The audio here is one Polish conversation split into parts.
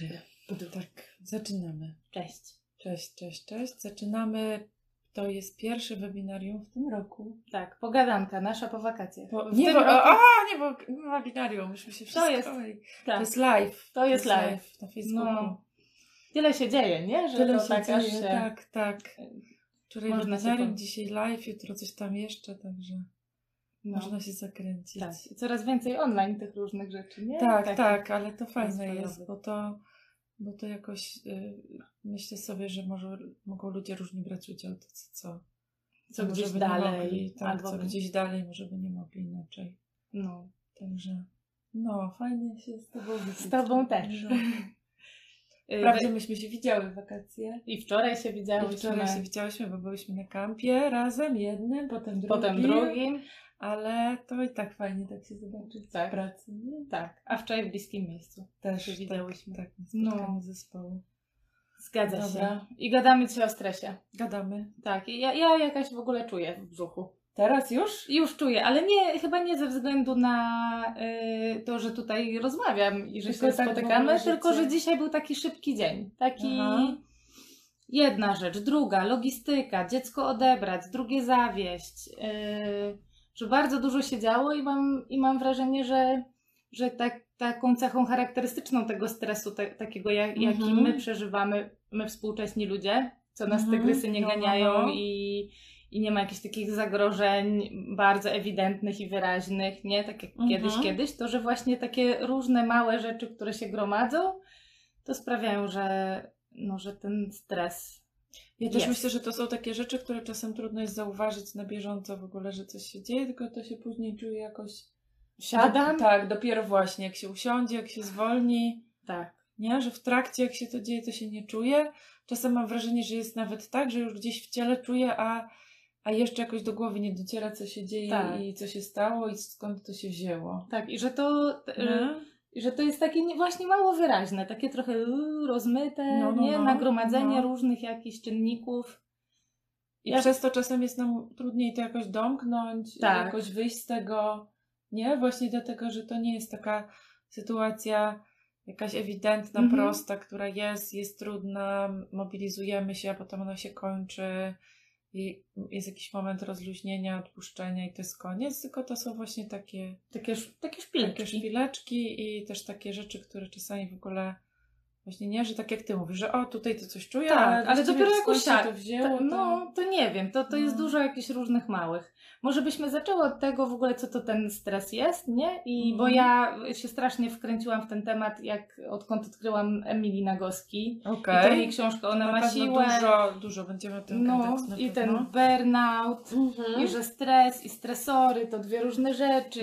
Tak, zaczynamy. Cześć. Cześć. Zaczynamy. To jest pierwsze webinarium w tym roku. Tak, pogadanka nasza po wakacjach. Nie, webinarium, myśmy się wszystko... To jest live. To jest live na Facebooku. No, tyle się dzieje, nie? Że tyle to się tak dzieje, aż się... tak. Wczoraj można webinarium, dzisiaj live, jutro coś tam jeszcze, także można się zakręcić. Tak, i coraz więcej online tych różnych rzeczy, nie? Tak, ale to fajne jest, bo to jakoś myślę sobie, że mogą ludzie różnie brać udział, to co gdzieś może by dalej, nie mogli, albo co gdzieś dalej, może by nie mogli inaczej. No. Także fajnie się z Tobą widzieć. Z Tobą też. Wprawdzie myśmy się widziały w wakacje. I wczoraj się widziałyśmy, bo byliśmy na kampie razem jednym, potem drugim. Ale to i tak fajnie tak się zobaczyć w pracy, nie? Tak, a wczoraj w bliskim miejscu też się widziałyśmy. Tak, na spotkaniu zespołu. Zgadza się. I gadamy dzisiaj o stresie. Gadamy. Tak, i ja jakaś w ogóle czuję w brzuchu. Teraz już? Już czuję, ale chyba nie ze względu na to, że tutaj rozmawiam i że się spotykamy, tylko że dzisiaj był taki szybki dzień. Jedna rzecz, druga, logistyka, dziecko odebrać, drugie zawieźć. Że bardzo dużo się działo i mam wrażenie, że taką cechą charakterystyczną tego stresu, takiego jaki my przeżywamy, my współcześni ludzie, co nas tygrysy nie ganiają i nie ma jakichś takich zagrożeń bardzo ewidentnych i wyraźnych, nie? Tak jak kiedyś, to że właśnie takie różne małe rzeczy, które się gromadzą, to sprawiają, że ten stres Ja też myślę, że to są takie rzeczy, które czasem trudno jest zauważyć na bieżąco w ogóle, że coś się dzieje, tylko to się później czuje jakoś... Siadam? Tak, dopiero właśnie, jak się usiądzie, jak się zwolni. Tak. Nie? Że w trakcie, jak się to dzieje, to się nie czuje. Czasem mam wrażenie, że jest nawet tak, że już gdzieś w ciele czuję, a jeszcze jakoś do głowy nie dociera, co się dzieje i co się stało i skąd to się wzięło. Tak, i że to jest takie właśnie mało wyraźne, takie trochę rozmyte, nagromadzenie różnych jakichś czynników. I przez to czasem jest nam trudniej to jakoś domknąć, jakoś wyjść z tego, nie? Właśnie dlatego, że to nie jest taka sytuacja jakaś ewidentna, prosta, która jest trudna, mobilizujemy się, a potem ona się kończy i jest jakiś moment rozluźnienia, odpuszczenia i to jest koniec, tylko to są właśnie takie szpileczki i też takie rzeczy, które czasami w ogóle właśnie nie, że tak jak ty mówisz, że tutaj to coś czuję, ale dopiero jakoś to wzięło. To nie wiem, to jest dużo jakichś różnych małych. Może byśmy zaczęły od tego w ogóle, co to ten stres jest, nie? Bo ja się strasznie wkręciłam w ten temat, odkąd odkryłam Emilii Nagoski. I to jej książkę Ona ma siłę. Dużo będziemy o tym gadać. I ten burnout, i że stres i stresory to dwie różne rzeczy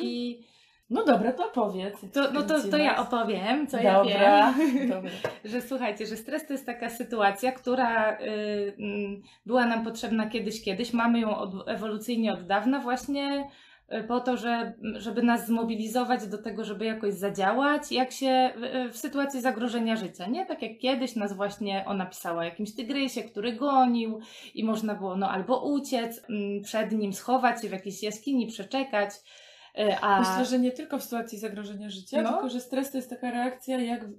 No dobra, to opowiedz. To ja opowiem, co ja wiem. Dobra. Że słuchajcie, że stres to jest taka sytuacja, która była nam potrzebna kiedyś. Mamy ją ewolucyjnie od dawna właśnie po to, żeby nas zmobilizować do tego, żeby jakoś zadziałać, w sytuacji zagrożenia życia, nie? Tak jak kiedyś nas właśnie ona pisała o jakimś tygrysie, który gonił i można było albo uciec przed nim, schować się w jakiejś jaskini, przeczekać. Myślę, że nie tylko w sytuacji zagrożenia życia, tylko że stres to jest taka reakcja,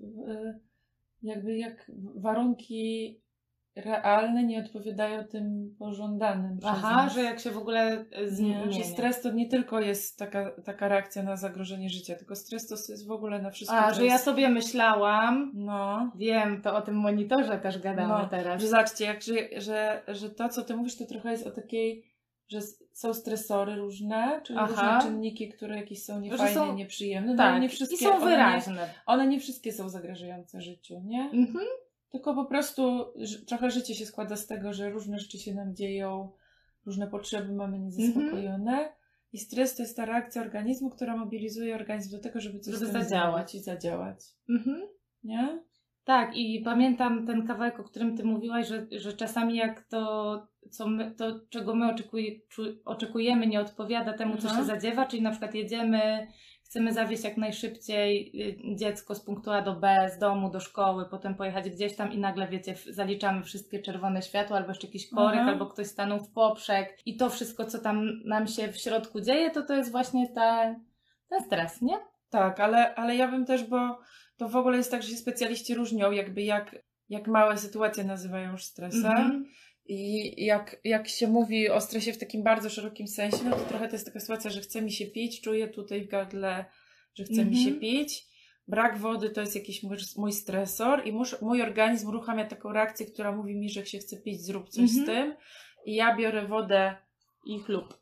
jak warunki realne nie odpowiadają tym pożądanym przez nas. Że jak się w ogóle zmienia. Że stres to nie tylko jest taka reakcja na zagrożenie życia, tylko stres to jest w ogóle na wszystko. Że ja sobie myślałam, wiem, to o tym monitorze też gadamy teraz. Że zobaczcie, że to, co ty mówisz, to trochę jest o takiej, że są stresory różne, czyli różne czynniki, które jakieś są niefajne, nieprzyjemne. Tak, nie wszystkie, i są wyraźne. One nie wszystkie są zagrażające życiu, nie? Tylko po prostu trochę życie się składa z tego, że różne rzeczy się nam dzieją, różne potrzeby mamy niezaspokojone i stres to jest ta reakcja organizmu, która mobilizuje organizm do tego, żeby coś zadziałać. Nie? Tak, i pamiętam ten kawałek, o którym ty mówiłaś, że czasami jak czego my oczekujemy, nie odpowiada temu, co się zadziewa, czyli na przykład jedziemy, chcemy zawieźć jak najszybciej dziecko z punktu A do B, z domu do szkoły, potem pojechać gdzieś tam i nagle, wiecie, zaliczamy wszystkie czerwone światła, albo jeszcze jakiś korek, albo ktoś stanął w poprzek i to wszystko, co tam nam się w środku dzieje, to jest właśnie ten stres, nie? Tak, ale ja bym też, bo to w ogóle jest tak, że się specjaliści różnią, jakby jak małe sytuacje nazywają już stresem. I jak się mówi o stresie w takim bardzo szerokim sensie, no to trochę to jest taka sytuacja, że chce mi się pić, czuję tutaj w gardle, że chce mi się pić. Brak wody to jest jakiś mój stresor i mój organizm uruchamia taką reakcję, która mówi mi, że się chce pić, zrób coś z tym. I ja biorę wodę i chlub.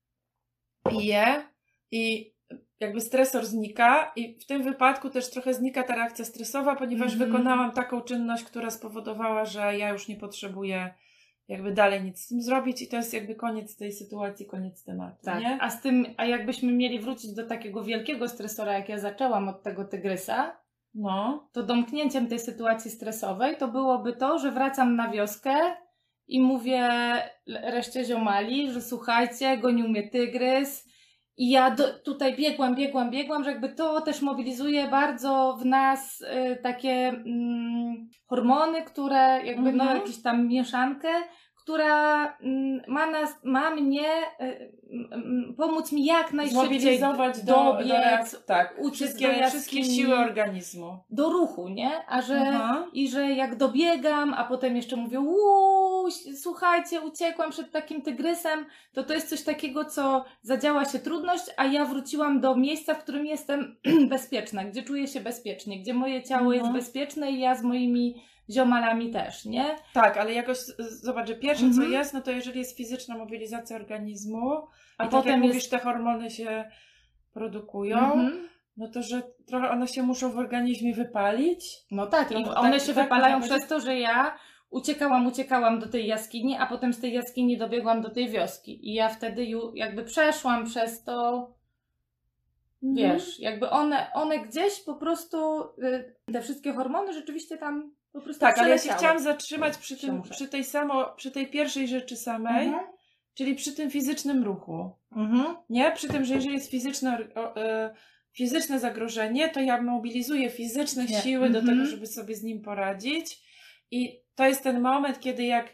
Piję i jakby stresor znika i w tym wypadku też trochę znika ta reakcja stresowa, ponieważ wykonałam taką czynność, która spowodowała, że ja już nie potrzebuję jakby dalej nic z tym zrobić i to jest jakby koniec tej sytuacji, koniec tematu, tak. nie? A jakbyśmy mieli wrócić do takiego wielkiego stresora, jak ja zaczęłam od tego tygrysa, to domknięciem tej sytuacji stresowej to byłoby to, że wracam na wioskę i mówię reszcie ziomali, że słuchajcie, gonił mnie tygrys i ja tutaj biegłam, że jakby to też mobilizuje bardzo w nas takie hormony, które jakby jakąś tam mieszankę, która ma mnie pomóc mi jak najszybciej dobiec, uciec do jaskini, wszystkie siły organizmu. Do ruchu, nie? I że jak dobiegam, a potem jeszcze mówię słuchajcie, uciekłam przed takim tygrysem, to jest coś takiego, co zadziała się trudność, a ja wróciłam do miejsca, w którym jestem bezpieczna, gdzie czuję się bezpiecznie, gdzie moje ciało jest bezpieczne i ja z moimi ziomalami też, nie? Tak, ale jakoś zobacz, że pierwsze co jest, no to jeżeli jest fizyczna mobilizacja organizmu, a potem tak jak mówisz, te hormony się produkują, no to, że trochę one się muszą w organizmie wypalić. No tak, i one się wypalają przez to, że ja uciekałam do tej jaskini, a potem z tej jaskini dobiegłam do tej wioski i ja wtedy jakby przeszłam przez to, wiesz, jakby one gdzieś po prostu, te wszystkie hormony rzeczywiście tam po prostu tak, ale ja się chciałam zatrzymać przy tej pierwszej rzeczy samej, czyli przy tym fizycznym ruchu. Nie? Przy tym, że jeżeli jest fizyczne zagrożenie, to ja mobilizuję fizyczne siły do tego, żeby sobie z nim poradzić. I to jest ten moment, kiedy jak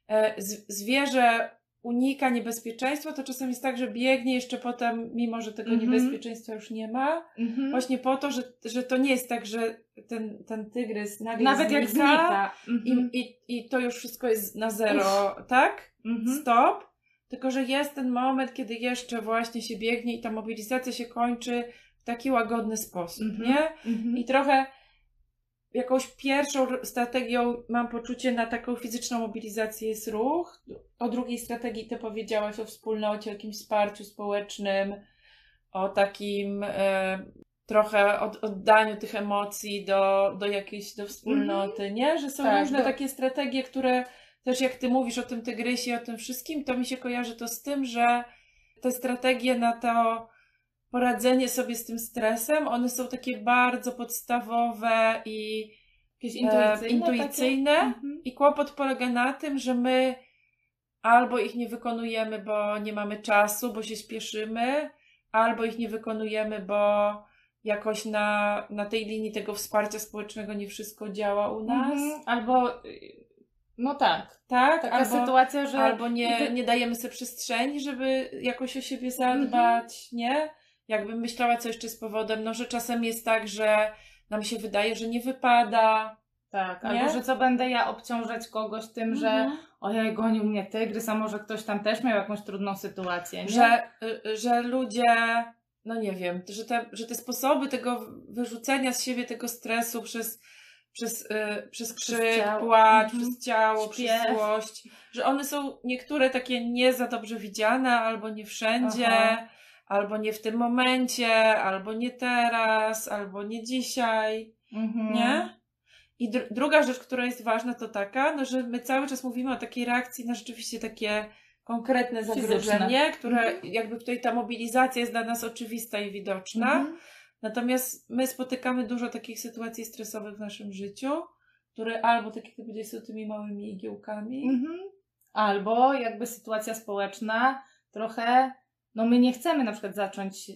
zwierzę unika niebezpieczeństwa, to czasem jest tak, że biegnie jeszcze potem, mimo że tego niebezpieczeństwa już nie ma. Właśnie po to, że to nie jest tak, że ten tygrys nagle nawet jak znika i to już wszystko jest na zero, tak? Stop. Tylko, że jest ten moment, kiedy jeszcze właśnie się biegnie i ta mobilizacja się kończy w taki łagodny sposób, nie? I trochę jakąś pierwszą strategią, mam poczucie, na taką fizyczną mobilizację jest ruch. O drugiej strategii ty powiedziałaś o wspólnocie, o jakimś wsparciu społecznym, o takim trochę oddaniu tych emocji do wspólnoty, nie? Że są różne takie strategie, które też jak ty mówisz o tym tygrysie i o tym wszystkim, to mi się kojarzy to z tym, że te strategie na to poradzenie sobie z tym stresem, one są takie bardzo podstawowe i jakieś intuicyjne. I kłopot polega na tym, że my albo ich nie wykonujemy, bo nie mamy czasu, bo się śpieszymy, albo ich nie wykonujemy, bo jakoś na tej linii tego wsparcia społecznego nie wszystko działa u nas. Albo taka sytuacja, że albo nie dajemy sobie przestrzeni, żeby jakoś o siebie zadbać, nie? Jakbym myślała, co jeszcze jest powodem, no że czasem jest tak, że nam się wydaje, że nie wypada. Tak, nie? Albo że co będę ja obciążać kogoś tym, że ojej, gonił mnie tygrys, a może ktoś tam też miał jakąś trudną sytuację, nie? Że ludzie, no nie wiem, że te sposoby tego wyrzucenia z siebie tego stresu przez krzyk, płacz, przez ciało, przez złość, że one są niektóre takie nie za dobrze widziane, albo nie wszędzie, albo nie w tym momencie, albo nie teraz, albo nie dzisiaj, nie? I druga rzecz, która jest ważna, to taka, no, że my cały czas mówimy o takiej reakcji na rzeczywiście takie konkretne zagrożenie, które jakby tutaj ta mobilizacja jest dla nas oczywista i widoczna. Natomiast my spotykamy dużo takich sytuacji stresowych w naszym życiu, które albo, tak jak ty powiedziałeś, są tymi małymi igiełkami. Albo jakby sytuacja społeczna trochę, no my nie chcemy na przykład zacząć,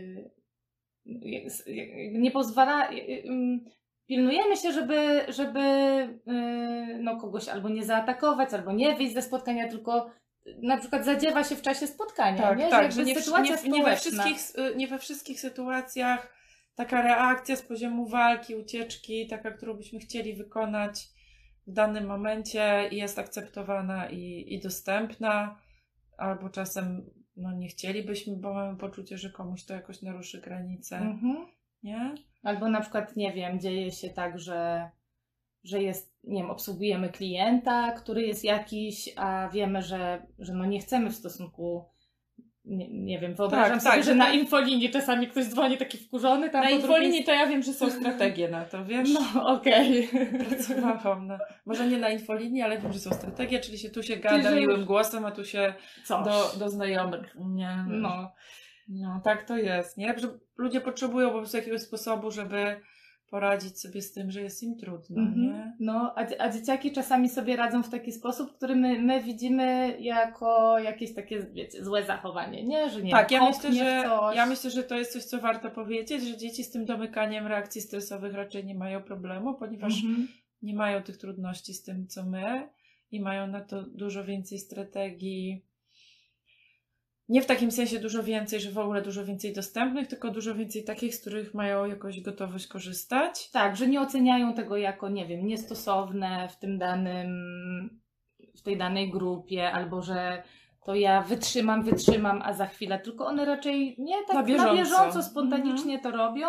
nie pozwala, pilnujemy się, żeby kogoś albo nie zaatakować, albo nie wyjść ze spotkania, tylko na przykład zadziewa się w czasie spotkania, nie? Tak, że nie we wszystkich sytuacjach taka reakcja z poziomu walki, ucieczki, taka, którą byśmy chcieli wykonać w danym momencie i jest akceptowana i dostępna, albo czasem nie chcielibyśmy, bo mamy poczucie, że komuś to jakoś naruszy granice, nie? Albo na przykład, nie wiem, dzieje się tak, że jest, nie wiem, obsługujemy klienta, który jest jakiś, a wiemy, że nie chcemy w stosunku, nie wiem, wyobrażam sobie, że na infolinii czasami ktoś dzwoni taki wkurzony. Tam na infolinii to ja wiem, że są strategie na to, wiesz? No, okej. Pracowałam może nie na infolinii, ale wiem, że są strategie, czyli się tu się gada miłym głosem, a tu się do znajomych. Nie. No, tak to jest, nie? Że ludzie potrzebują po prostu jakiegoś sposobu, żeby poradzić sobie z tym, że jest im trudno, nie? No, a dzieciaki czasami sobie radzą w taki sposób, który my widzimy jako jakieś takie, wiecie, złe zachowanie, nie? Że nie tak, ja myślę, że to jest coś, co warto powiedzieć, że dzieci z tym domykaniem reakcji stresowych raczej nie mają problemu, ponieważ nie mają tych trudności z tym, co my i mają na to dużo więcej strategii. Nie w takim sensie dużo więcej, że w ogóle dużo więcej dostępnych, tylko dużo więcej takich, z których mają jakoś gotowość korzystać. Tak, że nie oceniają tego jako, nie wiem, niestosowne w tej danej grupie, albo że to ja wytrzymam, a za chwilę, tylko one raczej nie tak na bieżąco spontanicznie to robią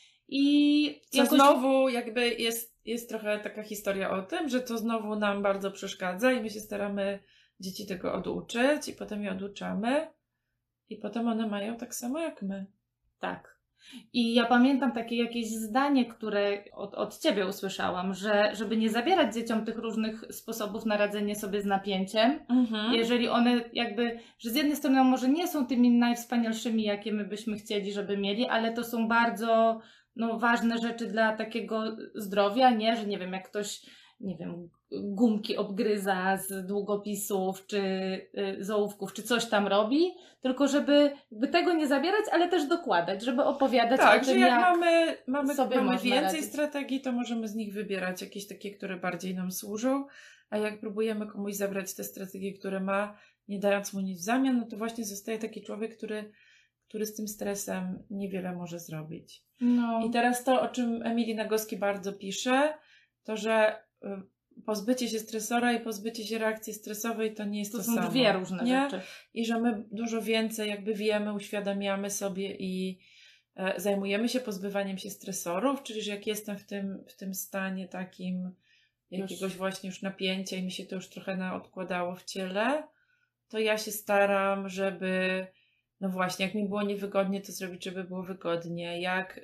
i znowu jakby jest trochę taka historia o tym, że to znowu nam bardzo przeszkadza i my się staramy dzieci tego oduczyć i potem je oduczamy. I potem one mają tak samo jak my. Tak. I ja pamiętam takie jakieś zdanie, które od Ciebie usłyszałam, że żeby nie zabierać dzieciom tych różnych sposobów na radzenie sobie z napięciem, jeżeli one jakby, że z jednej strony może nie są tymi najwspanialszymi, jakie my byśmy chcieli, żeby mieli, ale to są bardzo ważne rzeczy dla takiego zdrowia, nie? Że nie wiem, jak ktoś, nie wiem, gumki obgryza z długopisów, czy z ołówków, czy coś tam robi, tylko żeby tego nie zabierać, ale też dokładać, żeby opowiadać o tym, że jak mamy więcej radzić. strategii, to możemy z nich wybierać jakieś takie, które bardziej nam służą, a jak próbujemy komuś zabrać te strategie, które ma, nie dając mu nic w zamian, no to właśnie zostaje taki człowiek, który z tym stresem niewiele może zrobić. I teraz to, o czym Emilii Nagoski bardzo pisze, to, że pozbycie się stresora i pozbycie się reakcji stresowej to nie jest to samo. To są dwie różne rzeczy. I że my dużo więcej jakby wiemy, uświadamiamy sobie i zajmujemy się pozbywaniem się stresorów, czyli że jak jestem w tym stanie takim jakiegoś właśnie już napięcia i mi się to już trochę odkładało w ciele, to ja się staram, żeby właśnie, jak mi było niewygodnie, to zrobić, żeby było wygodnie. Jak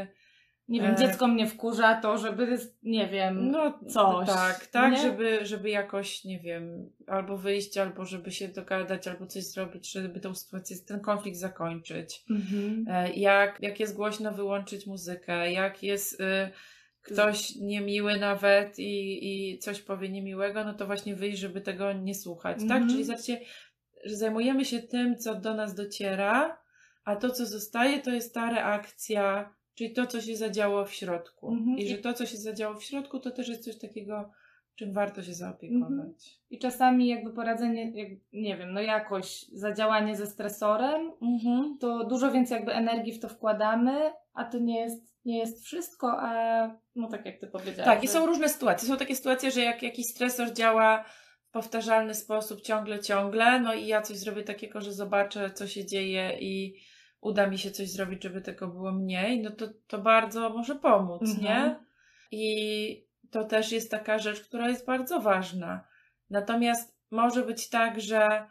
nie wiem, dziecko mnie wkurza, to żeby, nie wiem, coś. Tak, żeby jakoś, nie wiem, albo wyjść, albo żeby się dogadać, albo coś zrobić, żeby tą sytuację, ten konflikt zakończyć. Jak jest głośno, wyłączyć muzykę. Jak jest ktoś niemiły nawet i coś powie niemiłego, no to właśnie wyjść, żeby tego nie słuchać, tak? Czyli zobaczcie, że zajmujemy się tym, co do nas dociera, a to, co zostaje, to jest ta reakcja, czyli to, co się zadziało w środku. I że to, co się zadziało w środku, to też jest coś takiego, czym warto się zaopiekować. I czasami jakby poradzenie, nie wiem, jakoś zadziałanie ze stresorem, to dużo więcej jakby energii w to wkładamy, a to nie jest wszystko, a tak jak Ty powiedziałaś. Tak, i są różne sytuacje. Są takie sytuacje, że jak jakiś stresor działa w powtarzalny sposób ciągle, i ja coś zrobię takiego, że zobaczę, co się dzieje i uda mi się coś zrobić, żeby tego było mniej, to bardzo może pomóc, nie? I to też jest taka rzecz, która jest bardzo ważna. Natomiast może być tak, że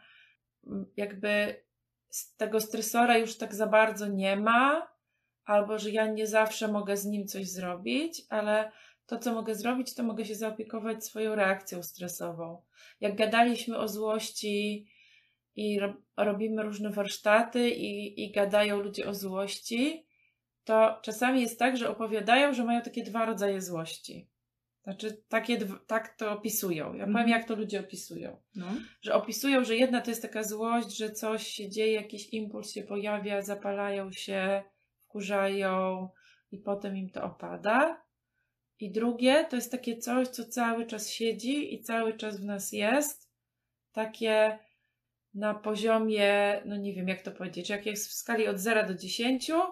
jakby tego stresora już tak za bardzo nie ma, albo że ja nie zawsze mogę z nim coś zrobić, ale to, co mogę zrobić, to mogę się zaopiekować swoją reakcją stresową. Jak gadaliśmy o złości i robimy różne warsztaty i gadają ludzie o złości, to czasami jest tak, że opowiadają, że mają takie dwa rodzaje złości. Znaczy, tak to opisują. Ja powiem, jak to ludzie opisują. Że opisują, że jedna to jest taka złość, że coś się dzieje, jakiś impuls się pojawia, zapalają się, wkurzają i potem im to opada. I drugie to jest takie coś, co cały czas siedzi i cały czas w nas jest. Takie na poziomie, nie wiem jak to powiedzieć, jak jest w skali od 0 do 10,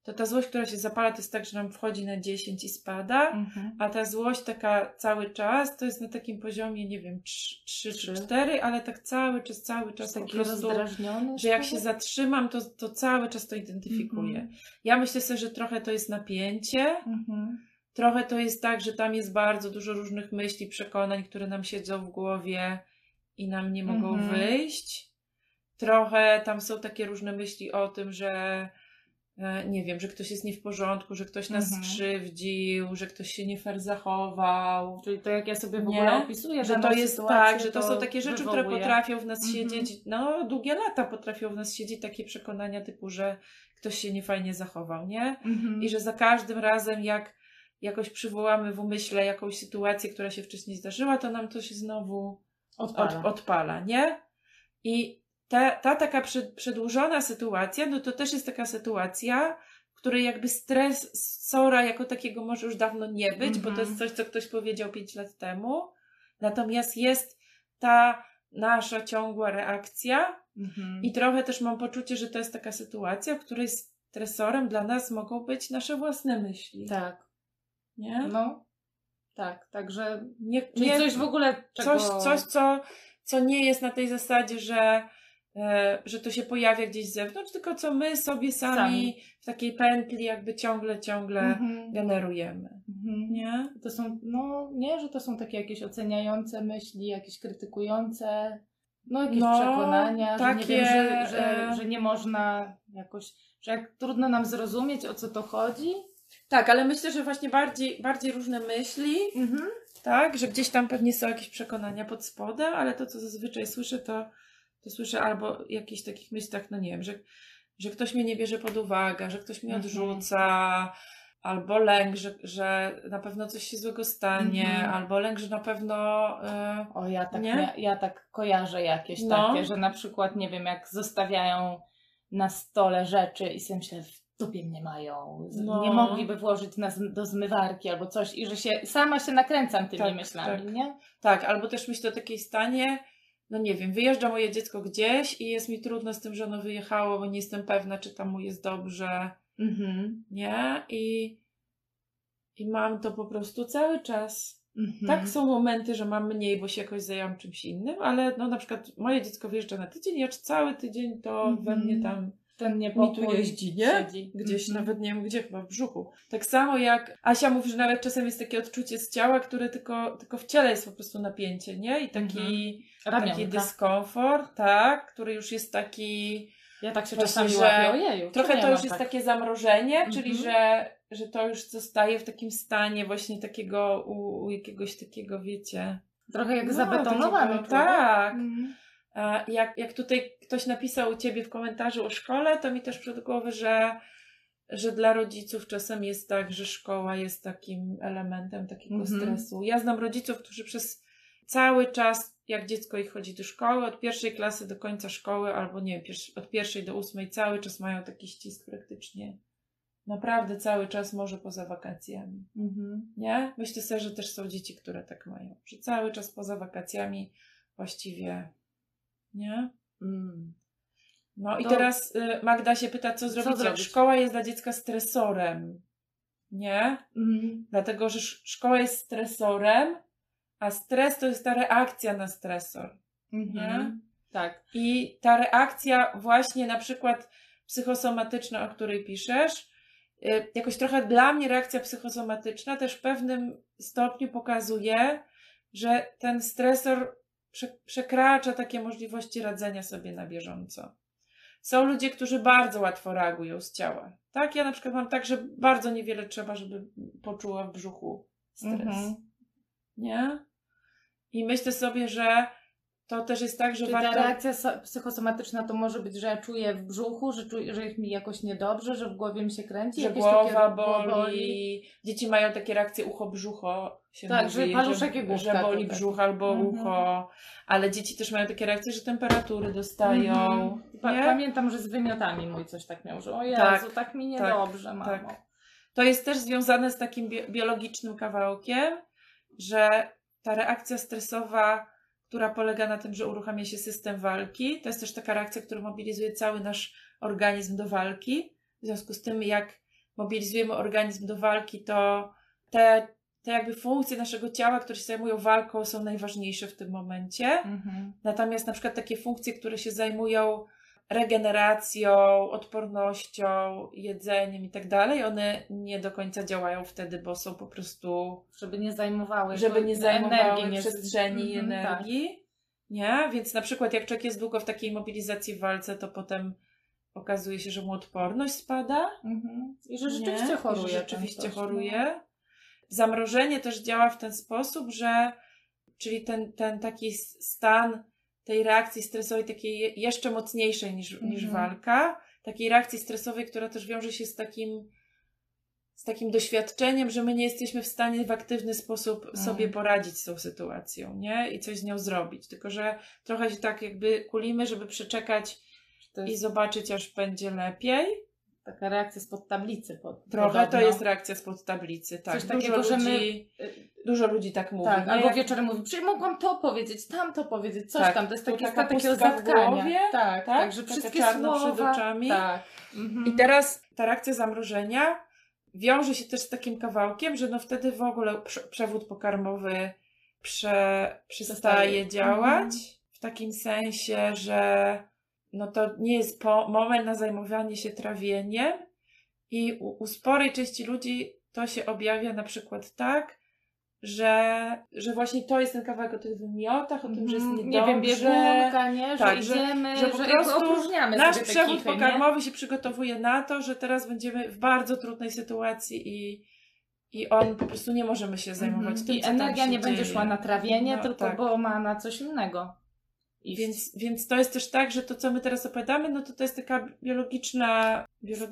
to ta złość, która się zapala, to jest tak, że nam wchodzi na 10 i spada, a ta złość taka cały czas, to jest na takim poziomie, nie wiem, 3 czy 4, ale tak cały czas taki po prostu, rozdrażniony, że jak się zatrzymam, to cały czas to identyfikuję. Ja myślę sobie, że trochę to jest napięcie, trochę to jest tak, że tam jest bardzo dużo różnych myśli, przekonań, które nam siedzą w głowie i nam nie mogą wyjść. Trochę tam są takie różne myśli o tym, że nie wiem, że ktoś jest nie w porządku, że ktoś nas skrzywdził, że ktoś się nie fair zachował. Czyli to jak ja sobie w ogóle opisuję, że to jest tak, że to są takie rzeczy, wywołuje. które potrafią w nas siedzieć, no długie lata potrafią w nas siedzieć takie przekonania typu, że ktoś się niefajnie zachował, nie? I że za każdym razem jak jakoś przywołamy w umyśle jakąś sytuację, która się wcześniej zdarzyła, to nam to się znowu odpala, nie? I ta taka przedłużona sytuacja, no to też jest taka sytuacja, w której jakby stresora jako takiego może już dawno nie być, bo to jest coś, co ktoś powiedział 5 lat temu. Natomiast jest ta nasza ciągła reakcja i trochę też mam poczucie, że to jest taka sytuacja, w której stresorem dla nas mogą być nasze własne myśli. Tak. Nie? No. Tak, także nie coś w ogóle coś, co nie jest na tej zasadzie, że to się pojawia gdzieś z zewnątrz, tylko co my sobie sami w takiej pętli jakby ciągle generujemy. Nie? To są, że to są takie jakieś oceniające myśli, jakieś krytykujące, jakieś przekonania, takie, że nie wiem, że nie można jakoś, że jak trudno nam zrozumieć, o co to chodzi. Tak, ale myślę, że właśnie bardziej różne myśli, tak, że gdzieś tam pewnie są jakieś przekonania pod spodem, ale to, co zazwyczaj słyszę, to słyszę albo o jakichś takich myślach, no nie wiem, że ktoś mnie nie bierze pod uwagę, że ktoś mnie odrzuca, albo lęk, że na pewno coś się złego stanie, albo lęk, że na pewno... ja tak kojarzę jakieś takie, że na przykład, nie wiem, jak zostawiają na stole rzeczy i sobie myślę, w dupie mnie mają, nie mogliby włożyć nas do zmywarki albo coś i że sama się nakręcam tymi myślami, nie? Tak, albo też myślę o takiej stanie, no nie wiem, wyjeżdża moje dziecko gdzieś i jest mi trudno z tym, że ono wyjechało, bo nie jestem pewna, czy tam mu jest dobrze, nie? I mam to po prostu cały czas. Tak, są momenty, że mam mniej, bo się jakoś zajęłam czymś innym, ale no na przykład moje dziecko wyjeżdża na tydzień i cały tydzień to we mnie tam ten niepokój mi tu jeździ, nie? Siedzi. Gdzieś nawet nie wiem gdzie, chyba w brzuchu. Tak samo jak Asia mówi, że nawet czasem jest takie odczucie z ciała, które tylko w ciele jest po prostu napięcie, nie? I taki dyskomfort, tak, który już jest taki... Ja tak się czasami łapię, ojeju. Trochę to już jest takie zamrożenie, czyli że to już zostaje w takim stanie właśnie takiego u jakiegoś takiego, wiecie... Trochę jak zabetonowane. Tak. Jak tutaj ktoś napisał u Ciebie w komentarzu o szkole, to mi też przed głowy, że dla rodziców czasem jest tak, że szkoła jest takim elementem takiego stresu. Ja znam rodziców, którzy przez cały czas, jak dziecko ich chodzi do szkoły, od 1. klasy do końca szkoły, albo nie wiem, od 1. do 8, cały czas mają taki ścisk praktycznie. Naprawdę cały czas, może poza wakacjami. Nie? Myślę sobie, że też są dzieci, które tak mają. Że cały czas poza wakacjami właściwie... Nie? No i teraz Magda się pyta, co zrobić, jak szkoła jest dla dziecka stresorem. Nie? Dlatego, że szkoła jest stresorem, a stres to jest ta reakcja na stresor. Nie? Tak. I ta reakcja właśnie na przykład psychosomatyczna, o której piszesz, jakoś trochę dla mnie reakcja psychosomatyczna też w pewnym stopniu pokazuje, że ten stresor przekracza takie możliwości radzenia sobie na bieżąco. Są ludzie, którzy bardzo łatwo reagują z ciała. Tak? Ja na przykład mam tak, że bardzo niewiele trzeba, żeby poczuła w brzuchu stres. Nie? I myślę sobie, że to też jest tak, że czyli ta reakcja psychosomatyczna to może być, że ja czuję w brzuchu, że jest mi jakoś niedobrze, że w głowie mi się kręci. Że głowa boli. Dzieci mają takie reakcje ucho-brzucho się tak, mówi, że paluszek i główka. Że boli brzuch albo ucho. Ale dzieci też mają takie reakcje, że temperatury dostają. Pamiętam, że z wymiotami mój coś tak miał, że o Jezu, tak mi niedobrze, mamo. Tak. To jest też związane z takim biologicznym kawałkiem, że ta reakcja stresowa, która polega na tym, że uruchamia się system walki. To jest też taka reakcja, która mobilizuje cały nasz organizm do walki. W związku z tym, jak mobilizujemy organizm do walki, to te jakby funkcje naszego ciała, które się zajmują walką, są najważniejsze w tym momencie. Natomiast na przykład takie funkcje, które się zajmują regeneracją, odpornością, jedzeniem i tak dalej, one nie do końca działają wtedy, bo są po prostu... Żeby nie zajmowały przestrzeni i energii. Tak. Nie? Więc na przykład jak człowiek jest długo w takiej mobilizacji w walce, to potem okazuje się, że mu odporność spada. I że rzeczywiście choruje. I że rzeczywiście choruje. Zamrożenie też działa w ten sposób, że czyli ten taki stan tej reakcji stresowej, takiej jeszcze mocniejszej niż walka, takiej reakcji stresowej, która też wiąże się z takim doświadczeniem, że my nie jesteśmy w stanie w aktywny sposób sobie poradzić z tą sytuacją, nie? I coś z nią zrobić. Tylko że trochę się tak jakby kulimy, żeby przeczekać i zobaczyć, aż będzie lepiej. Taka reakcja spod tablicy. Trochę to jest reakcja spod tablicy, tak. Coś takiego, że dużo ludzi tak mówi. Tak, albo wieczorem mówi, przecież mogłam to powiedzieć, tamto powiedzieć, coś tam. To jest taki stan takiego zatkania. Tak, że wszystkie czarno przed oczami. Tak. I teraz ta reakcja zamrożenia wiąże się też z takim kawałkiem, że no wtedy w ogóle przewód pokarmowy przestaje działać. W takim sensie, że no to nie jest moment na zajmowanie się trawieniem i u sporej części ludzi to się objawia na przykład tak, że właśnie to jest ten kawałek o tych wymiotach, o tym, że jest niedobrze. Nie wiem, biegunka, nie? Że idziemy, że po prostu opróżniamy nasz sobie przewód kichy, pokarmowy się przygotowuje na to, że teraz będziemy w bardzo trudnej sytuacji i on po prostu nie możemy się zajmować tym, i energia nie będzie szła na trawienie, tylko bo ma na coś innego. Więc to jest też tak, że to, co my teraz opowiadamy, no to jest taka biologiczna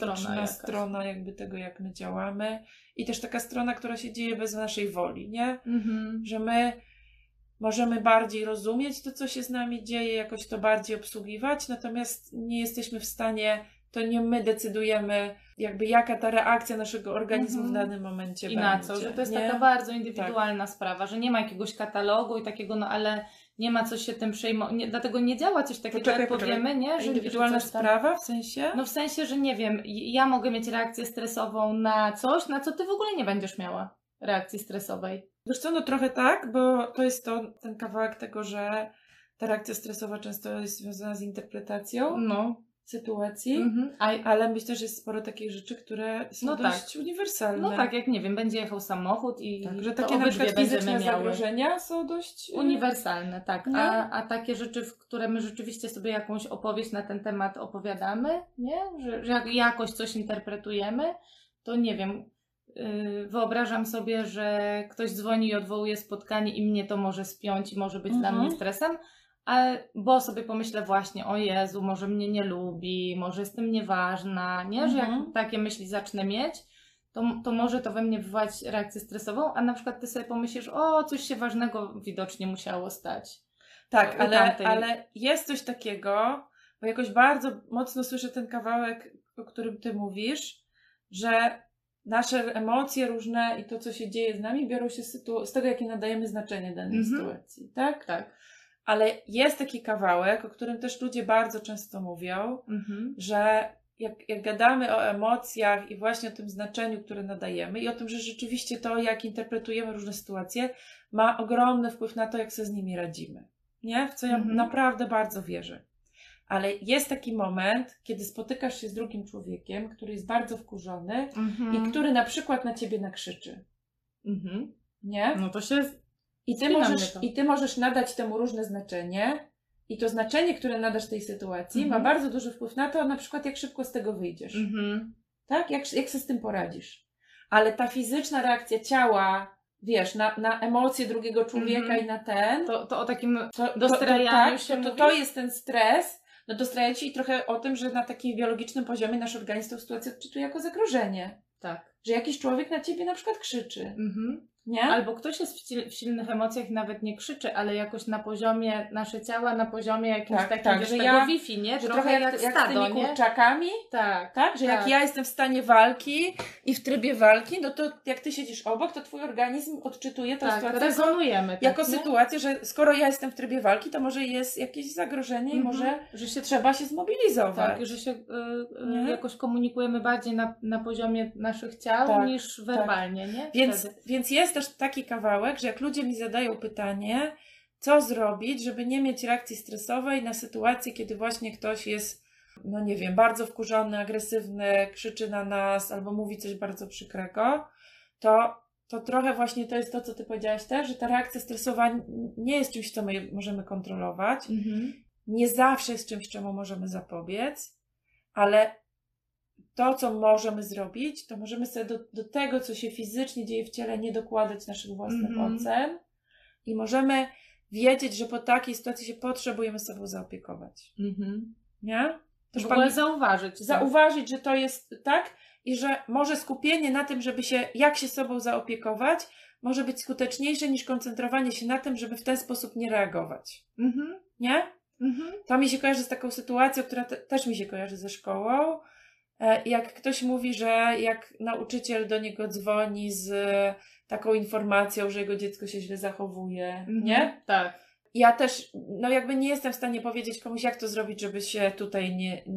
strona jakby tego, jak my działamy i też taka strona, która się dzieje bez naszej woli, nie? Że my możemy bardziej rozumieć to, co się z nami dzieje, jakoś to bardziej obsługiwać, natomiast nie jesteśmy w stanie, to nie my decydujemy jakby jaka ta reakcja naszego organizmu w danym momencie będzie. I na co, że to jest taka bardzo indywidualna sprawa, że nie ma jakiegoś katalogu i takiego, no ale nie ma co się tym przejmować, dlatego nie działa coś takiego, jak powiemy, nie? Że indywidualna sprawa w sensie? No w sensie, że nie wiem, ja mogę mieć reakcję stresową na coś, na co ty w ogóle nie będziesz miała reakcji stresowej. Wiesz co, no trochę tak, bo to jest ten kawałek tego, że ta reakcja stresowa często jest związana z interpretacją sytuacji, ale myślę, że jest sporo takich rzeczy, które są dość uniwersalne. No tak, jak nie wiem, będzie jechał samochód i że takie na przykład fizyczne zagrożenia są dość uniwersalne, tak. No. A takie rzeczy, w które my rzeczywiście sobie jakąś opowieść na ten temat opowiadamy, nie? Że jakoś coś interpretujemy, to nie wiem, wyobrażam sobie, że ktoś dzwoni i odwołuje spotkanie i mnie to może spiąć i może być dla mnie stresem, bo sobie pomyślę właśnie, o Jezu, może mnie nie lubi, może jestem nieważna, nie? Że jak takie myśli zacznę mieć, to może to we mnie wywołać reakcję stresową, a na przykład ty sobie pomyślisz, o, coś się ważnego widocznie musiało stać. Tak, ale jest coś takiego, bo jakoś bardzo mocno słyszę ten kawałek, o którym ty mówisz, że nasze emocje różne i to, co się dzieje z nami, biorą się z tego, jakie nadajemy znaczenie danej sytuacji, tak? Tak. Ale jest taki kawałek, o którym też ludzie bardzo często mówią, że jak gadamy o emocjach i właśnie o tym znaczeniu, które nadajemy i o tym, że rzeczywiście to, jak interpretujemy różne sytuacje, ma ogromny wpływ na to, jak sobie z nimi radzimy. Nie? W co ja naprawdę bardzo wierzę. Ale jest taki moment, kiedy spotykasz się z drugim człowiekiem, który jest bardzo wkurzony i który na przykład na ciebie nakrzyczy. Nie? No to się... I ty możesz nadać temu różne znaczenie i to znaczenie, które nadasz tej sytuacji ma bardzo duży wpływ na to, na przykład jak szybko z tego wyjdziesz. Tak? Jak sobie z tym poradzisz. Ale ta fizyczna reakcja ciała, wiesz, na emocje drugiego człowieka i na To o takim dostrajaniu się to jest ten stres, dostraja ci i trochę o tym, że na takim biologicznym poziomie nasz organizm tę sytuację odczytuje jako zagrożenie. Tak. Że jakiś człowiek na ciebie na przykład krzyczy. Nie? Albo ktoś jest w silnych emocjach i nawet nie krzyczy, ale jakoś na poziomie, nasze ciała na poziomie jakimś takim, że tego Wi-Fi, nie? Że trochę jak stado, z tymi kurczakami. Tak? Że jak ja jestem w stanie walki i w trybie walki, no to jak ty siedzisz obok, to twój organizm odczytuje tę sytuację. Rezonujemy. Jako sytuację, że skoro ja jestem w trybie walki, to może jest jakieś zagrożenie i może trzeba się zmobilizować. Tak, że się jakoś komunikujemy bardziej na poziomie naszych ciał niż werbalnie, nie? Więc jest też taki kawałek, że jak ludzie mi zadają pytanie, co zrobić, żeby nie mieć reakcji stresowej na sytuację, kiedy właśnie ktoś jest, no nie wiem, bardzo wkurzony, agresywny, krzyczy na nas albo mówi coś bardzo przykrego, to trochę właśnie to jest to, co ty powiedziałaś też, że ta reakcja stresowa nie jest czymś, co my możemy kontrolować. Nie zawsze jest czymś, czemu możemy zapobiec, ale to, co możemy zrobić, to możemy sobie do tego, co się fizycznie dzieje w ciele, nie dokładać naszych własnych ocen i możemy wiedzieć, że po takiej sytuacji się potrzebujemy sobą zaopiekować. Nie? Też w ogóle zauważyć, że to jest tak i że może skupienie na tym, jak się sobą zaopiekować, może być skuteczniejsze niż koncentrowanie się na tym, żeby w ten sposób nie reagować. Nie? To mi się kojarzy z taką sytuacją, która też mi się kojarzy ze szkołą. Jak ktoś mówi, że jak nauczyciel do niego dzwoni z taką informacją, że jego dziecko się źle zachowuje, nie? Tak. Ja też, no jakby nie jestem w stanie powiedzieć komuś, jak to zrobić, żeby się tutaj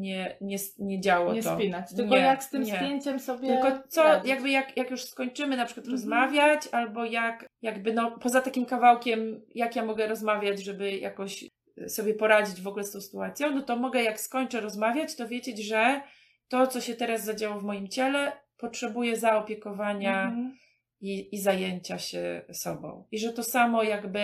nie działo nie to. Spinać. Tylko jak z tym spięciem sobie tylko co, radzić. Jakby jak już skończymy na przykład rozmawiać, albo jakby no poza takim kawałkiem, jak ja mogę rozmawiać, żeby jakoś sobie poradzić w ogóle z tą sytuacją, no to mogę, jak skończę rozmawiać, to wiedzieć, że to, co się teraz zadziało w moim ciele, potrzebuje zaopiekowania i zajęcia się sobą. I że to samo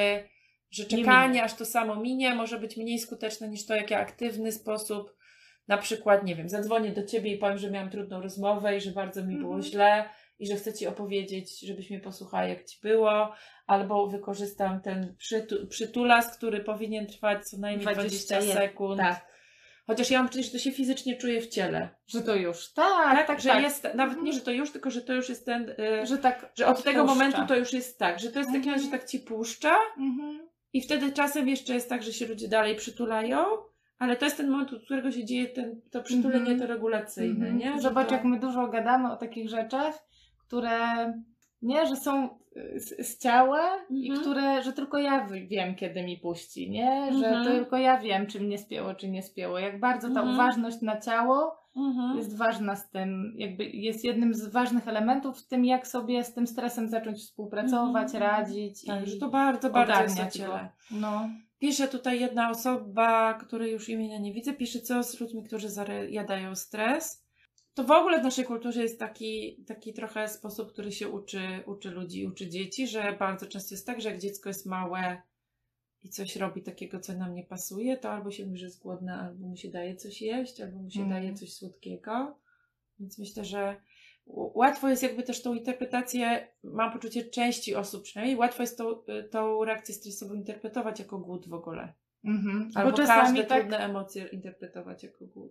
że czekanie, aż to samo minie, może być mniej skuteczne niż to, jak ja aktywny sposób, na przykład, nie wiem, zadzwonię do ciebie i powiem, że miałam trudną rozmowę i że bardzo mi było źle i że chcę ci opowiedzieć, żebyś mnie posłuchała, jak ci było, albo wykorzystam ten przytulas, który powinien trwać co najmniej 20 sekund. Tak. Chociaż ja mam przecież, że to się fizycznie czuję w ciele. Że to już. Jest, nawet nie, że to już, tylko że to już jest ten, że od tego puszcza. Momentu to już jest tak, że to jest takie, że tak ci puszcza i wtedy czasem jeszcze jest tak, że się ludzie dalej przytulają, ale to jest ten moment, od którego się dzieje to przytulenie, to regulacyjne, nie? Zobacz, jak my dużo gadamy o takich rzeczach, które nie, że są z ciała i że tylko ja wiem, kiedy mi puści, nie? Że tylko ja wiem, czy mnie spięło, czy nie spięło. Jak bardzo ta uważność na ciało jest ważna z tym, jakby jest jednym z ważnych elementów w tym, jak sobie z tym stresem zacząć współpracować, radzić. Tak, że to bardzo, bardzo jest na ciele. No. Pisze tutaj jedna osoba, której już imienia nie widzę, pisze, co z ludźmi, którzy zajadają stres. To w ogóle w naszej kulturze jest taki trochę sposób, który się uczy ludzi, uczy dzieci, że bardzo często jest tak, że jak dziecko jest małe i coś robi takiego, co nam nie pasuje, to albo się mówi, że jest głodne, albo mu się daje coś jeść, albo mu się daje coś słodkiego. Więc myślę, że łatwo jest jakby też tą interpretację, mam poczucie części osób przynajmniej, łatwo jest tą reakcję stresową interpretować jako głód w ogóle. Albo bo każde trudne emocje interpretować jako głód.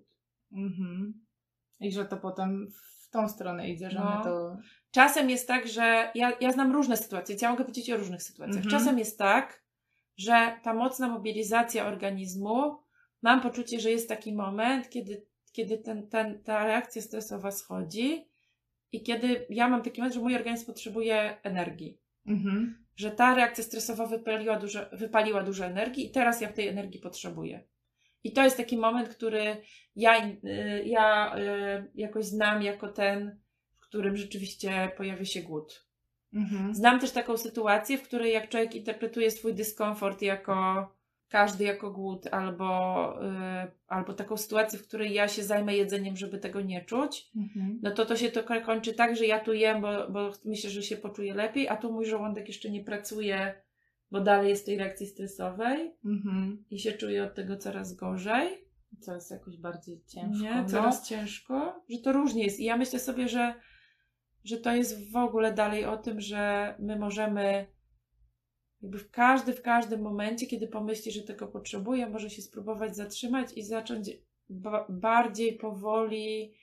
I że to potem w tą stronę idzie, że my to... Czasem jest tak, że ja znam różne sytuacje, więc ja mogę powiedzieć o różnych sytuacjach. Czasem jest tak, że ta mocna mobilizacja organizmu, mam poczucie, że jest taki moment, kiedy ta reakcja stresowa schodzi i kiedy ja mam taki moment, że mój organizm potrzebuje energii. Że ta reakcja stresowa wypaliła dużo energii i teraz ja tej energii potrzebuję. I to jest taki moment, który ja jakoś znam jako ten, w którym rzeczywiście pojawia się głód. Znam też taką sytuację, w której jak człowiek interpretuje swój dyskomfort jako głód, albo taką sytuację, w której ja się zajmę jedzeniem, żeby tego nie czuć, no to się to kończy tak, że ja tu jem, bo myślę, że się poczuję lepiej, a tu mój żołądek jeszcze nie pracuje, bo dalej jest w tej reakcji stresowej i się czuję od tego coraz gorzej. Coraz jakoś bardziej ciężko. Nie, coraz ciężko, że to różnie jest. I ja myślę sobie, że to jest w ogóle dalej o tym, że my możemy jakby w każdym momencie, kiedy pomyśli, że tego potrzebuje, może się spróbować zatrzymać i zacząć bardziej powoli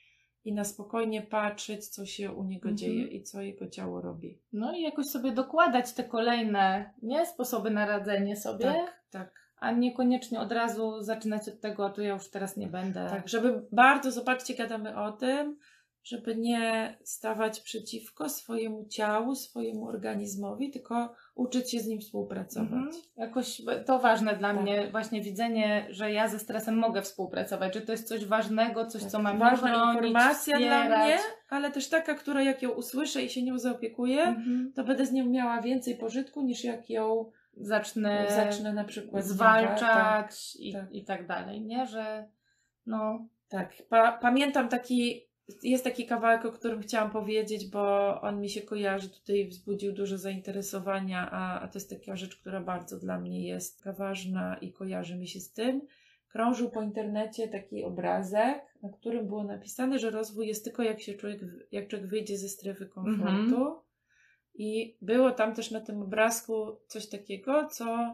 i na spokojnie patrzeć, co się u niego dzieje i co jego ciało robi. No i jakoś sobie dokładać te kolejne, nie? Sposoby na radzenie sobie. Tak. A niekoniecznie od razu zaczynać od tego, a to ja już teraz nie będę. Tak, żeby bardzo, zobaczcie, gadamy o tym, żeby nie stawać przeciwko swojemu ciału, swojemu organizmowi, tylko uczyć się z nim współpracować. Jakoś to ważne dla mnie, właśnie widzenie, że ja ze stresem mogę współpracować, że to jest coś ważnego, coś, co mam ważna chronić, informacja wspierać. dla mnie, ale też taka, która jak ją usłyszę i się nią zaopiekuję, to będę z nią miała więcej pożytku, niż jak ją zacznę na przykład zwalczać i tak dalej, nie? Że no... Tak, pamiętam jest taki kawałek, o którym chciałam powiedzieć, bo on mi się kojarzy, tutaj wzbudził dużo zainteresowania, a to jest taka rzecz, która bardzo dla mnie jest taka ważna i kojarzy mi się z tym. Krążył po internecie taki obrazek, na którym było napisane, że rozwój jest tylko jak człowiek wyjdzie ze strefy komfortu. I było tam też na tym obrazku coś takiego,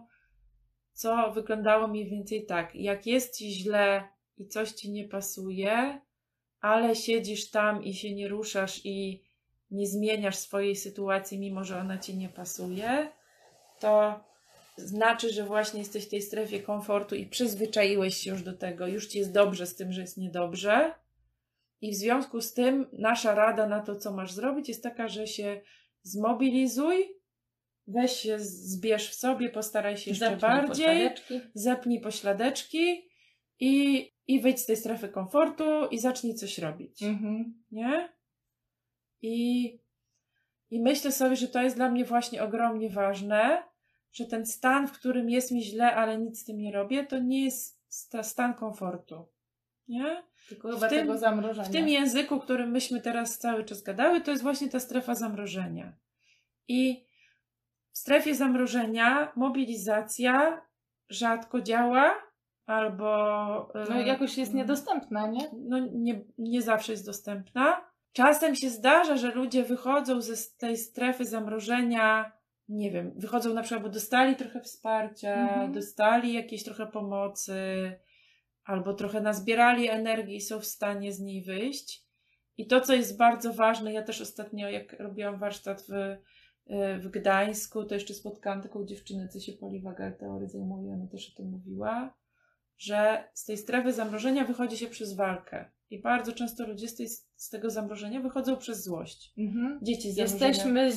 co wyglądało mniej więcej tak. Jak jest ci źle i coś ci nie pasuje, ale siedzisz tam i się nie ruszasz i nie zmieniasz swojej sytuacji, mimo że ona ci nie pasuje, to znaczy, że właśnie jesteś w tej strefie komfortu i przyzwyczaiłeś się już do tego, już ci jest dobrze z tym, że jest niedobrze. I w związku z tym nasza rada na to, co masz zrobić, jest taka, że się zmobilizuj, weź się, zbierz w sobie, postaraj się jeszcze bardziej, zepnij pośladeczki i wyjdź z tej strefy komfortu i zacznij coś robić. Nie? I myślę sobie, że to jest dla mnie właśnie ogromnie ważne, że ten stan, w którym jest mi źle, ale nic z tym nie robię, to nie jest stan komfortu. Nie? Tylko chyba tego zamrożenia. W tym języku, którym myśmy teraz cały czas gadały, to jest właśnie ta strefa zamrożenia. I w strefie zamrożenia mobilizacja rzadko działa, albo... No jakoś jest niedostępna, nie? No nie zawsze jest dostępna. Czasem się zdarza, że ludzie wychodzą z tej strefy zamrożenia, nie wiem, wychodzą na przykład, bo dostali trochę wsparcia, dostali jakieś trochę pomocy, albo trochę nazbierali energii i są w stanie z niej wyjść. I to, co jest bardzo ważne, ja też ostatnio, jak robiłam warsztat w Gdańsku, to jeszcze spotkałam taką dziewczynę, co się Polyvagal zajmuje, ona też o tym mówiła, że z tej strefy zamrożenia wychodzi się przez walkę. I bardzo często ludzie z tego zamrożenia wychodzą przez złość. Dzieci z zamrożenia. Jesteśmy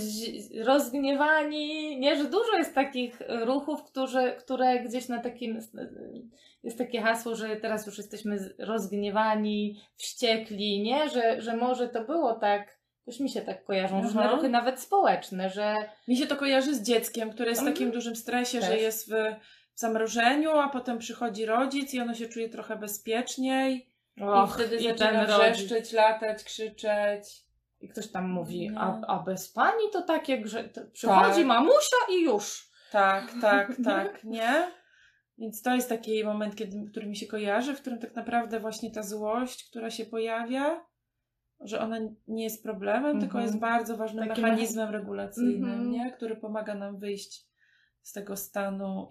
rozgniewani, nie? Że dużo jest takich ruchów, które gdzieś na takim... Jest takie hasło, że teraz już jesteśmy rozgniewani, wściekli, nie? Że może to było tak, już mi się tak kojarzą, różne ruchy nawet społeczne, że... Mi się to kojarzy z dzieckiem, które jest w takim dużym stresie, że jest w zamrożeniu, a potem przychodzi rodzic i ono się czuje trochę bezpieczniej. I wtedy zaczyna wrzeszczeć, latać, krzyczeć. I ktoś tam mówi, a bez pani to tak jak, że przychodzi mamusia i już. Tak, nie? Więc to jest taki moment, który mi się kojarzy, w którym tak naprawdę właśnie ta złość, która się pojawia, że ona nie jest problemem, tylko jest bardzo ważnym mechanizmem regulacyjnym, nie? Który pomaga nam wyjść z tego stanu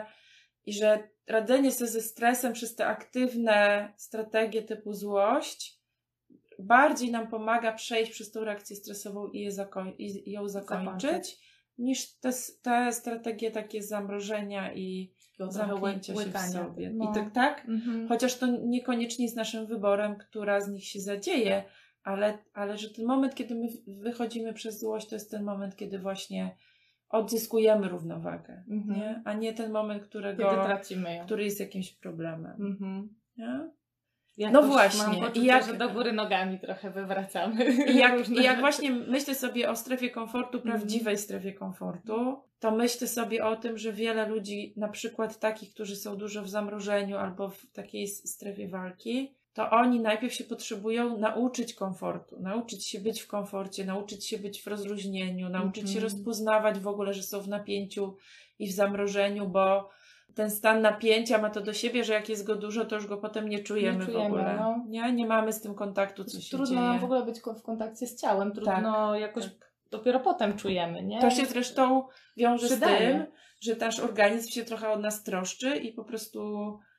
i że radzenie sobie ze stresem przez te aktywne strategie typu złość bardziej nam pomaga przejść przez tą reakcję stresową i ją zakończyć, niż te strategie takie zamrożenia i zamknięcia się w sobie. No. I tak? Chociaż to niekoniecznie jest naszym wyborem, która z nich się zadzieje, ale że ten moment, kiedy my wychodzimy przez złość, to jest ten moment, kiedy właśnie odzyskujemy równowagę, nie? A nie ten moment, kiedy tracimy ją. Który jest jakimś problemem. Nie? No właśnie. I że do góry nogami trochę wywracamy. I jak właśnie myślę sobie o strefie komfortu, prawdziwej strefie komfortu, to myślę sobie o tym, że wiele ludzi, na przykład takich, którzy są dużo w zamrożeniu albo w takiej strefie walki, to oni najpierw się potrzebują nauczyć komfortu, nauczyć się być w komforcie, nauczyć się być w rozluźnieniu, nauczyć się rozpoznawać w ogóle, że są w napięciu i w zamrożeniu, bo ten stan napięcia ma to do siebie, że jak jest go dużo, to już go potem nie czujemy w ogóle. No. Nie mamy z tym kontaktu, co się trudno dzieje. Trudno w ogóle być w kontakcie z ciałem, trudno jakoś dopiero potem czujemy, nie? To się zresztą wiąże z tym, że nasz organizm się trochę od nas troszczy i po prostu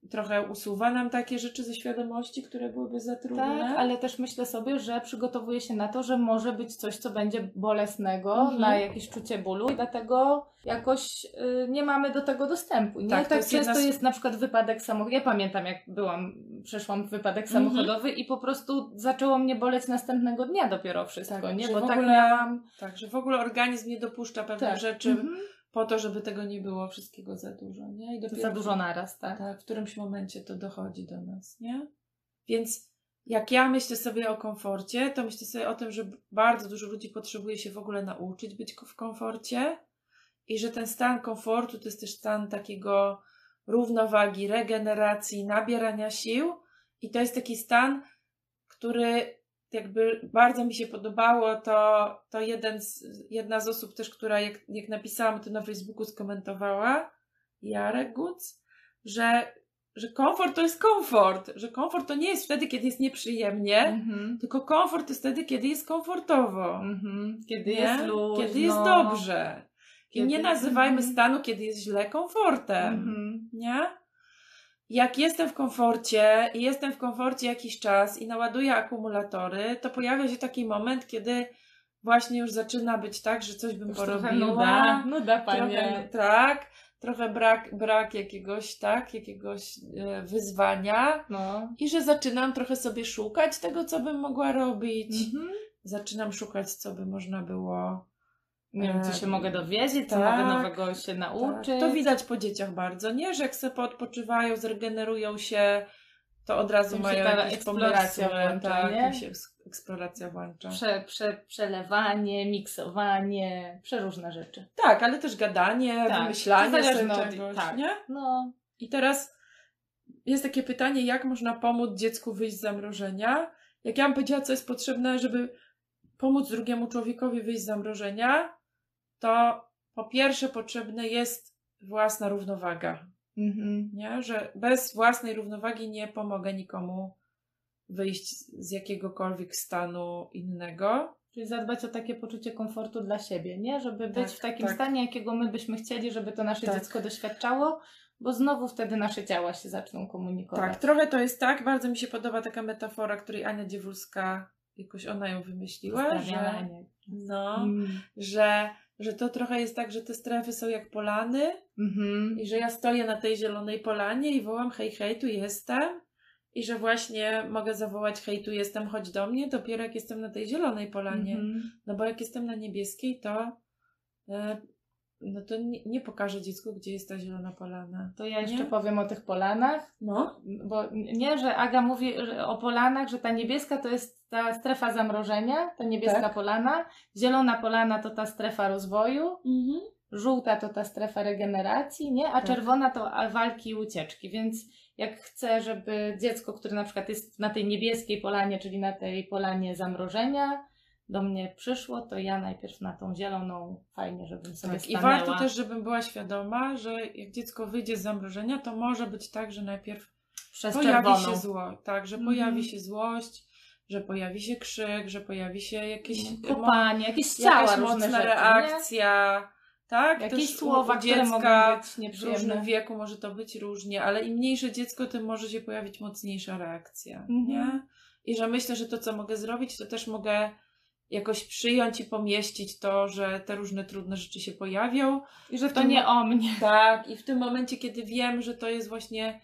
trochę usuwa nam takie rzeczy ze świadomości, które byłyby za trudne. Tak, ale też myślę sobie, że przygotowuje się na to, że może być coś, co będzie bolesnego, na jakieś czucie bólu i dlatego jakoś nie mamy do tego dostępu. Nie? Tak często jest na przykład wypadek samochodowy. Ja pamiętam, jak przeszłam wypadek samochodowy i po prostu zaczęło mnie boleć następnego dnia dopiero wszystko, nie? Bo tak miałam... Tak, że w ogóle organizm nie dopuszcza pewnych rzeczy po to, żeby tego nie było wszystkiego za dużo, nie? I dopiero za dużo naraz, tak? Tak, w którymś momencie to dochodzi do nas, nie? Więc jak ja myślę sobie o komforcie, to myślę sobie o tym, że bardzo dużo ludzi potrzebuje się w ogóle nauczyć być w komforcie i że ten stan komfortu to jest też stan takiego równowagi, regeneracji, nabierania sił i to jest taki stan, który jakby bardzo mi się podobało, to jedna z osób też, która jak napisałam to na Facebooku skomentowała, Jarek Guc, że komfort to jest komfort, że komfort to nie jest wtedy, kiedy jest nieprzyjemnie, tylko komfort to jest wtedy, kiedy jest komfortowo. Kiedy jest luźno. Kiedy jest dobrze. I nie nazywajmy stanu, kiedy jest źle, komfortem. Nie? Jak jestem w komforcie i jestem w komforcie jakiś czas i naładuję akumulatory, to pojawia się taki moment, kiedy właśnie już zaczyna być tak, że coś bym porobiła. Nuda, panie. Trochę brak jakiegoś wyzwania i że zaczynam trochę sobie szukać tego, co bym mogła robić. Zaczynam szukać, co by można było... Nie wiem, co się mogę dowiedzieć, co mogę nowego się nauczyć. Tak. To widać po dzieciach bardzo, nie? Że jak sobie odpoczywają, zregenerują się, to od razu mają jakieś eksploracja włącza, nie? się eksploracja włącza. Przelewanie, miksowanie, przeróżne rzeczy. Tak, ale też gadanie, wymyślanie sobie czegoś, nie? No. I teraz jest takie pytanie, jak można pomóc dziecku wyjść z zamrożenia? Jak ja bym powiedziała, co jest potrzebne, żeby pomóc drugiemu człowiekowi wyjść z zamrożenia, to po pierwsze potrzebna jest własna równowaga. Nie? Że bez własnej równowagi nie pomogę nikomu wyjść z jakiegokolwiek stanu innego. Czyli zadbać o takie poczucie komfortu dla siebie, nie? Żeby być w takim stanie, jakiego my byśmy chcieli, żeby to nasze dziecko doświadczało, bo znowu wtedy nasze ciała się zaczną komunikować. Tak, trochę to jest tak. Bardzo mi się podoba taka metafora, której Ania Dziewulska, jakoś ona ją wymyśliła, że to trochę jest tak, że te strefy są jak polany i że ja stoję na tej zielonej polanie i wołam hej, hej, tu jestem i że właśnie mogę zawołać hej, tu jestem, chodź do mnie dopiero jak jestem na tej zielonej polanie. No bo jak jestem na niebieskiej, to nie pokażę dziecku, gdzie jest ta zielona polana. To ja jeszcze powiem o tych polanach. No. Bo nie, że Aga mówi o polanach, że ta niebieska to jest ta strefa zamrożenia, ta niebieska polana. Zielona polana to ta strefa rozwoju. Żółta to ta strefa regeneracji, nie? A czerwona to walki i ucieczki. Więc jak chcę, żeby dziecko, które na przykład jest na tej niebieskiej polanie, czyli na tej polanie zamrożenia, do mnie przyszło, to ja najpierw na tą zieloną, fajnie, żebym sobie stanęła. I warto też, żebym była świadoma, że jak dziecko wyjdzie z zamrożenia, to może być tak, że najpierw pojawi się pojawi się złość, że pojawi się krzyk, że pojawi się jakieś kopanie, jakieś ciała, jakaś różne mocna rzeczy, reakcja. Nie? Tak? Jakieś też słowa, dziecka, które mogą być nieprzyjemne. W różnym wieku może to być różnie, ale im mniejsze dziecko, tym może się pojawić mocniejsza reakcja. Nie? I że myślę, że to, co mogę zrobić, to też mogę jakoś przyjąć i pomieścić to, że te różne trudne rzeczy się pojawią. I że to nie o mnie. Tak. I w tym momencie, kiedy wiem, że to jest właśnie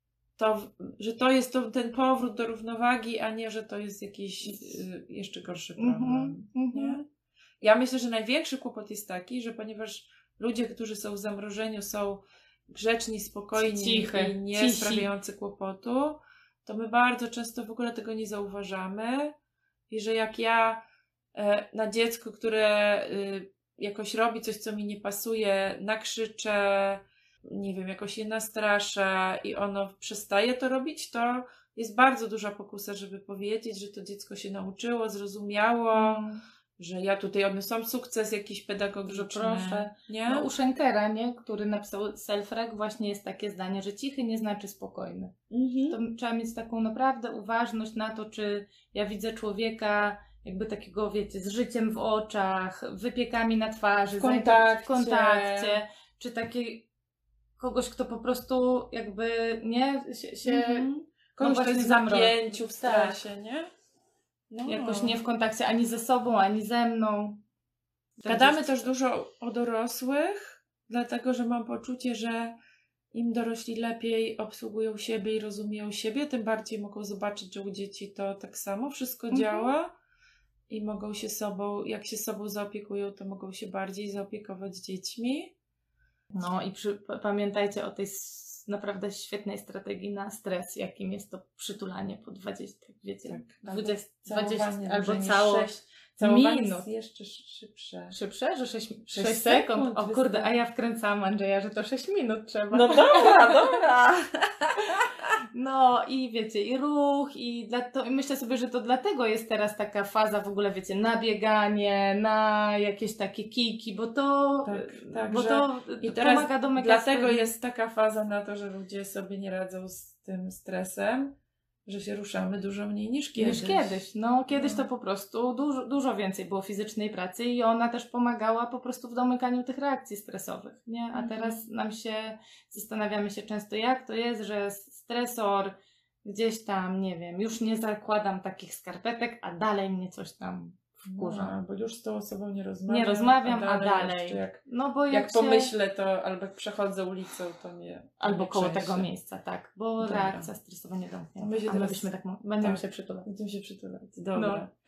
że to jest ten powrót do równowagi, a nie, że to jest jakiś jeszcze gorszy problem. Nie? Ja myślę, że największy kłopot jest taki, że ponieważ ludzie, którzy są w zamrożeniu, są grzeczni, spokojni i nie sprawiający kłopotu, to my bardzo często w ogóle tego nie zauważamy i że jak ja na dziecku, które jakoś robi coś, co mi nie pasuje, nakrzyczę, nie wiem, jakoś je nastraszę i ono przestaje to robić, to jest bardzo duża pokusa, żeby powiedzieć, że to dziecko się nauczyło, zrozumiało, że ja tutaj odniosłam sukces jakiś pedagogiczny. Proszę. Nie? No, u Schenkera, nie? Który napisał Self-Reg, właśnie jest takie zdanie, że cichy nie znaczy spokojny. To trzeba mieć taką naprawdę uważność na to, czy ja widzę człowieka jakby takiego, wiecie, z życiem w oczach, wypiekami na twarzy, w kontakcie, czy takie kogoś, kto po prostu jakby nie się kogoś, kto jest w napięciu, w stresie, tak. nie? No. Jakoś nie w kontakcie ani ze sobą, ani ze mną. Gadamy też dużo o dorosłych, dlatego że mam poczucie, że im dorośli lepiej obsługują siebie i rozumieją siebie, tym bardziej mogą zobaczyć, że u dzieci to tak samo wszystko działa i mogą się sobą, jak się sobą zaopiekują, to mogą się bardziej zaopiekować dziećmi. No i pamiętajcie o tej naprawdę świetnej strategii na stres, jakim jest to przytulanie po 20, wiecie, tak, 20 albo całowanie minut. Jeszcze szybsze. Szybsze? Że 6 sekund? O kurde, a ja wkręcałam Andrzeja, że to 6 minut trzeba. No dobra. No i wiecie, i ruch, i myślę sobie, że to dlatego jest teraz taka faza w ogóle, wiecie, na bieganie, na jakieś takie kijki, bo to, bo to i teraz pomaga do dlatego jest taka faza na to, że ludzie sobie nie radzą z tym stresem, że się ruszamy dużo mniej niż kiedyś. No, kiedyś to po prostu dużo więcej było fizycznej pracy i ona też pomagała po prostu w domykaniu tych reakcji stresowych, nie? A teraz zastanawiamy się często, jak to jest, że stresor gdzieś tam, nie wiem, już nie zakładam takich skarpetek, a dalej mnie coś tam wkurza. Bo już z tą osobą nie rozmawiam, a dalej. Jak pomyślę, to albo jak przechodzę ulicą, to mnie albo koło tego miejsca, tak, bo reakcja stresowa nie domknięta. Będziemy się przytulać. Będziemy się przytulać. Dobra.